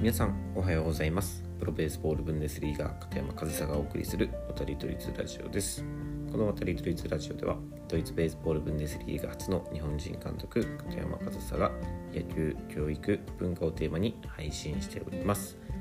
皆さんおはようございます。プロベースボールブンデスリーガー片山和沙がお送りする渡り都立ラジオです。この渡り都立ラジオではドイツベースボールブンデスリーガ初の日本人監督片山和沙が野球、教育、文化をテーマに配信しております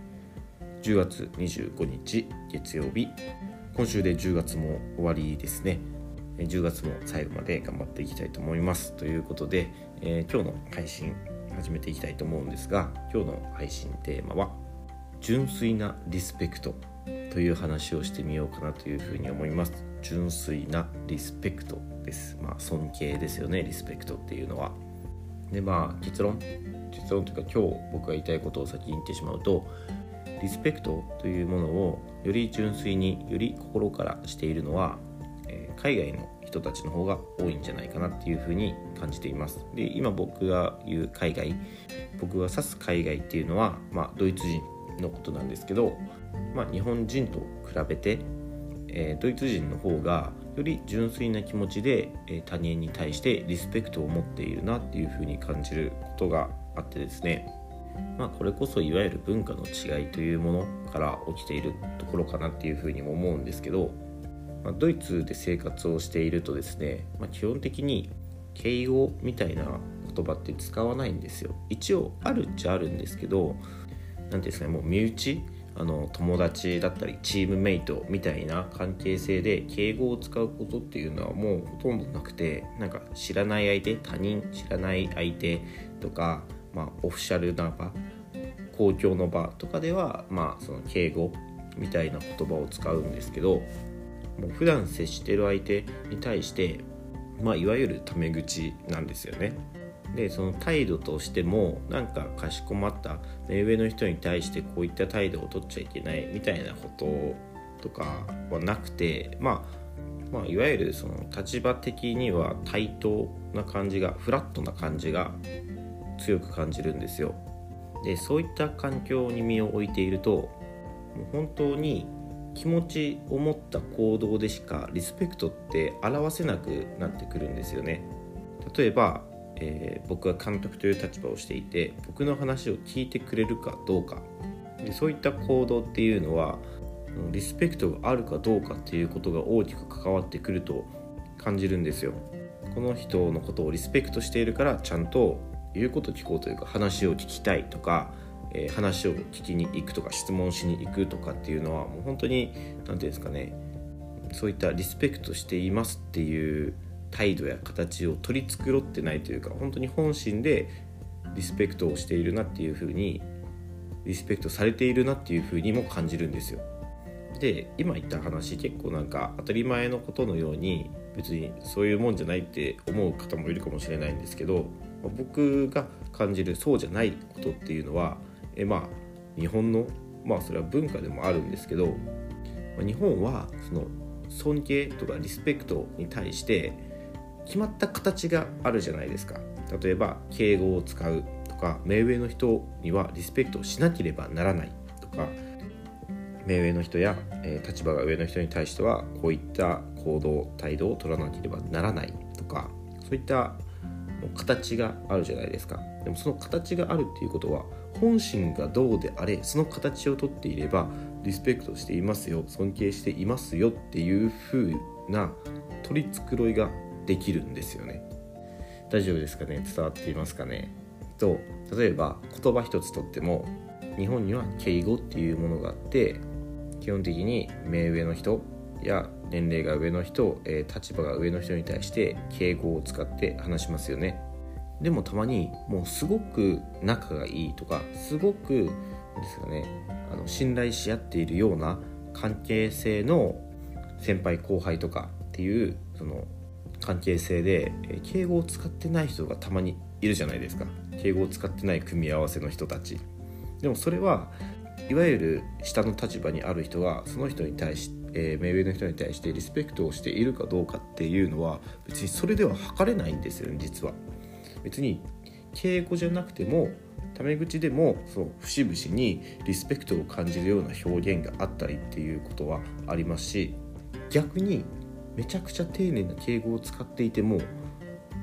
。10月25日月曜日、今週で10月も終わりですね。10月も最後まで頑張っていきたいと思いますということで、今日の配信始めていきたいと思うんですが、今日の配信テーマは純粋なリスペクトという話をしてみようかなというふうに思います。純粋なリスペクトです。尊敬ですよね、リスペクトっていうのは。で結論というか、今日僕が言いたいことを先に言ってしまうと、リスペクトというものをより純粋に、より心からしているのは、海外の人たちの方が多いんじゃないかなっていうふうに感じています。で、今僕が言う海外、僕が指す海外っていうのは、ドイツ人のことなんですけど、日本人と比べて、ドイツ人の方がより純粋な気持ちで、他人に対してリスペクトを持っているなっていうふうに感じることがあってですね、これこそいわゆる文化の違いというものから起きているところかなっていうふうにも思うんですけど、ドイツで生活をしているとですね、基本的に敬語みたいな言葉って使わないんですよ。一応あるっちゃあるんですけど、なんていうんですかね、もう身内、友達だったりチームメイトみたいな関係性で敬語を使うことっていうのはもうほとんどなくて、知らない相手、他人知らない相手とか、オフィシャルな場、公共の場とかではその敬語みたいな言葉を使うんですけど、もう普段接している相手に対していわゆるタメ口なんですよね。で、その態度としてもかしこまった目上の人に対してこういった態度を取っちゃいけないみたいなこととかはなくて、いわゆるその立場的には対等な感じが、フラットな感じが強く感じるんですよ。で、そういった環境に身を置いていると、もう本当に気持ちを持った行動でしかリスペクトって表せなくなってくるんですよね。例えば、僕は監督という立場をしていて、僕の話を聞いてくれるかどうかで、そういった行動っていうのはリスペクトがあるかどうかっていうことが大きく関わってくると感じるんですよ。この人のことをリスペクトしているから、ちゃんと言うこと聞こうというか、話を聞きたいとか、話を聞きに行くとか、質問しに行くとかっていうのは、もう本当になんていうんですかね、そういったリスペクトしていますっていう態度や形を取り繕ってないというか、本当に本心でリスペクトをしているなっていうふうに、リスペクトされているなっていうふうにも感じるんですよ。で、今言った話、結構当たり前のことのように、別にそういうもんじゃないって思う方もいるかもしれないんですけど、僕が感じるそうじゃないことっていうのは、日本のそれは文化でもあるんですけど、日本はその尊敬とかリスペクトに対して決まった形があるじゃないですか。例えば敬語を使うとか、目上の人にはリスペクトをしなければならないとか、目上の人や、立場が上の人に対してはこういった行動、態度を取らなければならないとか、そういった形があるじゃないですか。でもその形があるっていうことは、本心がどうであれ、その形をとっていればリスペクトしていますよ、尊敬していますよっていう風な取り繕いができるんですよね。大丈夫ですかね、伝わっていますかね。例えば言葉一つとっても、日本には敬語っていうものがあって、基本的に目上の人や年齢が上の人、立場が上の人に対して敬語を使って話しますよね。でもたまにもうすごく仲がいいとか、すごくですかね、信頼し合っているような関係性の先輩後輩とかっていうその関係性で、敬語を使ってない人がたまにいるじゃないですか。敬語を使ってない組み合わせの人たち。でもそれはいわゆる下の立場にある人がその人に対して、目上の人に対してリスペクトをしているかどうかっていうのは、別にそれでは測れないんですよね。実は別に敬語じゃなくても、タメ口でもそう節々にリスペクトを感じるような表現があったりっていうことはありますし、逆にめちゃくちゃ丁寧な敬語を使っていても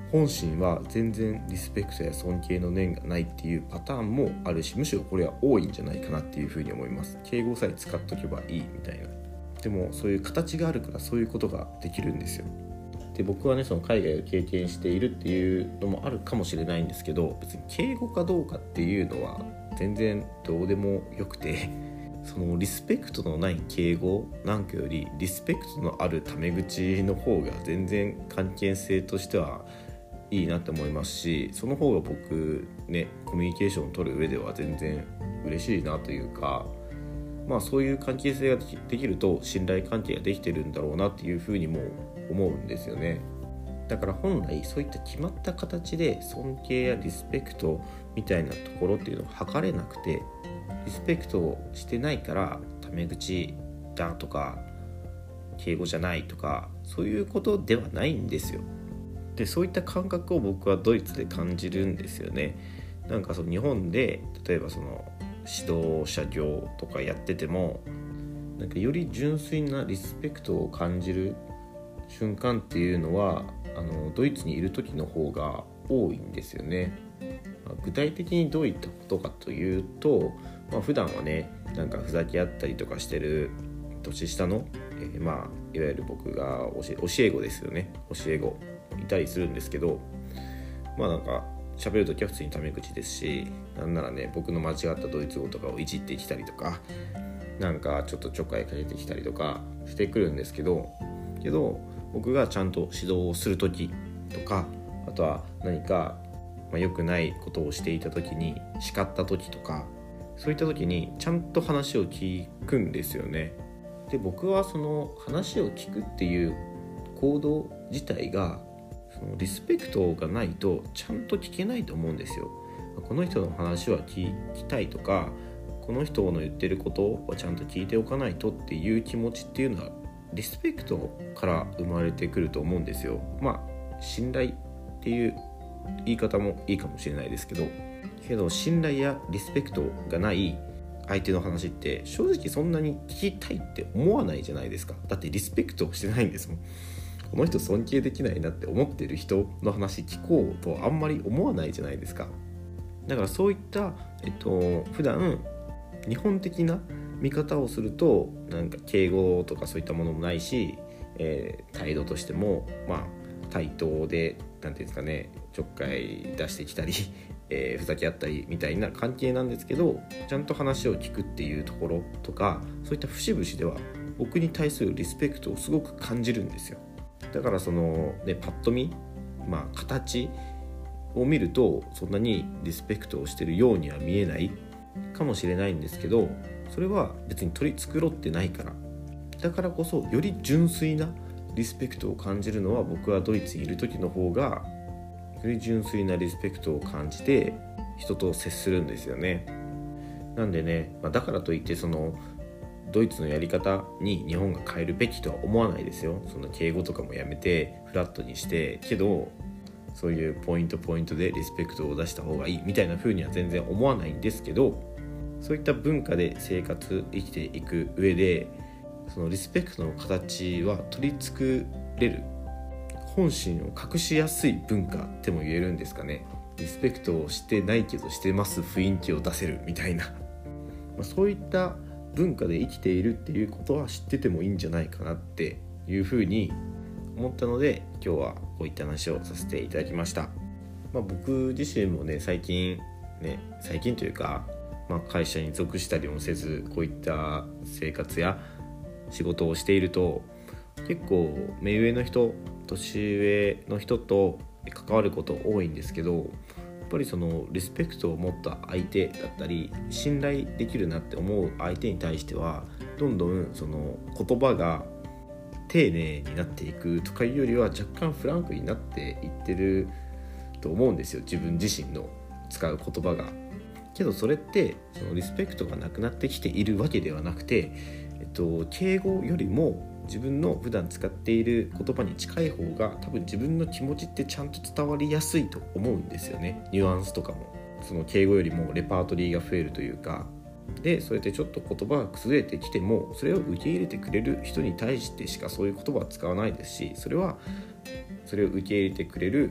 本心は全然リスペクトや尊敬の念がないっていうパターンもあるし、むしろこれは多いんじゃないかなっていうふうに思います。敬語さえ使っとけばいいみたいな。でもそういう形があるからそういうことができるんですよ。で僕はねその海外を経験しているっていうのもあるかもしれないんですけど、別に敬語かどうかっていうのは全然どうでもよくて、そのリスペクトのない敬語なんかよりリスペクトのあるタメ口の方が全然関係性としてはいいなって思いますし、その方が僕ねコミュニケーションを取る上では全然嬉しいなというか、そういう関係性ができると信頼関係ができてるんだろうなっていうふうにも思うんですよね。だから本来そういった決まった形で尊敬やリスペクトみたいなところっていうのを測れなくて、リスペクトをしてないからタメ口だとか敬語じゃないとかそういうことではないんですよ。でそういった感覚を僕はドイツで感じるんですよね。なんかその日本で例えばその指導者業とかやってても、なんかより純粋なリスペクトを感じる瞬間っていうのはドイツにいる時の方が多いんですよね。具体的にどういったことかというと、普段はねなんかふざけ合ったりとかしてる年下の、いわゆる僕が教え子ですよね、教え子いたりするんですけど、なんか喋るときは普通にタメ口ですし、なんならね僕の間違ったドイツ語とかをいじってきたりとか、なんかちょっとちょっかいかけてきたりとかしてくるんですけど僕がちゃんと指導をするときとか、あとは何か良くないことをしていたときに叱ったときとか、そういったときにちゃんと話を聞くんですよね。で僕はその話を聞くっていう行動自体がそのリスペクトがないとちゃんと聞けないと思うんですよ。この人の話は聞きたいとか、この人の言ってることはちゃんと聞いておかないとっていう気持ちっていうのはリスペクトから生まれてくると思うんですよ。信頼っていう言い方もいいかもしれないですけど信頼やリスペクトがない相手の話って正直そんなに聞きたいって思わないじゃないですか。だってリスペクトしてないんですもん。この人尊敬できないなって思ってる人の話聞こうとあんまり思わないじゃないですか。だからそういった、普段日本的な見方をするとなんか敬語とかそういったものもないし、態度としても対等でなんていうんですかね、ちょっかい出してきたり、ふざけ合ったりみたいな関係なんですけど、ちゃんと話を聞くっていうところとかそういった節々では僕に対するリスペクトをすごく感じるんですよ。だからその、パッと見、形を見るとそんなにリスペクトをしてるようには見えないかもしれないんですけど、それは別に取り繕ってないから。だからこそより純粋なリスペクトを感じるのは、僕はドイツにいる時の方がより純粋なリスペクトを感じて人と接するんですよね。なんでね、だからといってそのドイツのやり方に日本が変えるべきとは思わないですよ。その敬語とかもやめてフラットにしてけど、そういうポイントでリスペクトを出した方がいいみたいな風には全然思わないんですけど、そういった文化で生きていく上でそのリスペクトの形は取り作れる、本心を隠しやすい文化っても言えるんですかね。リスペクトをしてないけどしてます雰囲気を出せるみたいなそういった文化で生きているっていうことは知っててもいいんじゃないかなっていうふうに思ったので、今日はこういった話をさせていただきました。僕自身もね最近というか、会社に属したりもせずこういった生活や仕事をしていると、結構目上の人年上の人と関わること多いんですけど、やっぱりそのリスペクトを持った相手だったり信頼できるなって思う相手に対してはどんどんその言葉が丁寧になっていくとかいうよりは若干フランクになっていってると思うんですよ、自分自身の使う言葉が。けどそれってそのリスペクトがなくなってきているわけではなくて、敬語よりも自分の普段使っている言葉に近い方が多分自分の気持ちってちゃんと伝わりやすいと思うんですよね。ニュアンスとかもその敬語よりもレパートリーが増えるというかで、それでちょっと言葉が崩れてきてもそれを受け入れてくれる人に対してしかそういう言葉は使わないですし、それを受け入れてくれる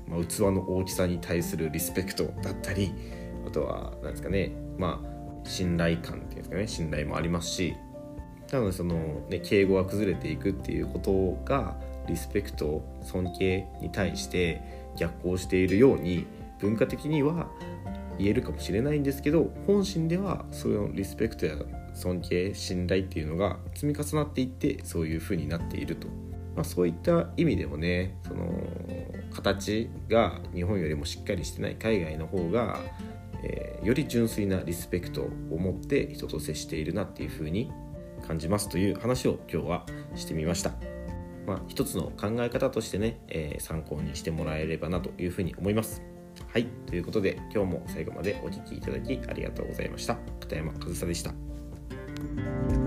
器の大きさに対するリスペクトだったり、あとはなんですかね、信頼感っていうんですかね、信頼もありますし、なので敬語が崩れていくっていうことがリスペクト、尊敬に対して逆行しているように文化的には言えるかもしれないんですけど、本心ではそのリスペクトや尊敬、信頼っていうのが積み重なっていってそういう風になっていると、そういった意味でもね、その形が日本よりもしっかりしてない海外の方が、より純粋なリスペクトを持って人と接しているなっていう風に感じますという話を今日はしてみました。一つの考え方としてね、参考にしてもらえればなというふうに思います。はい、ということで今日も最後までお聞きいただきありがとうございました。片山和沙でした。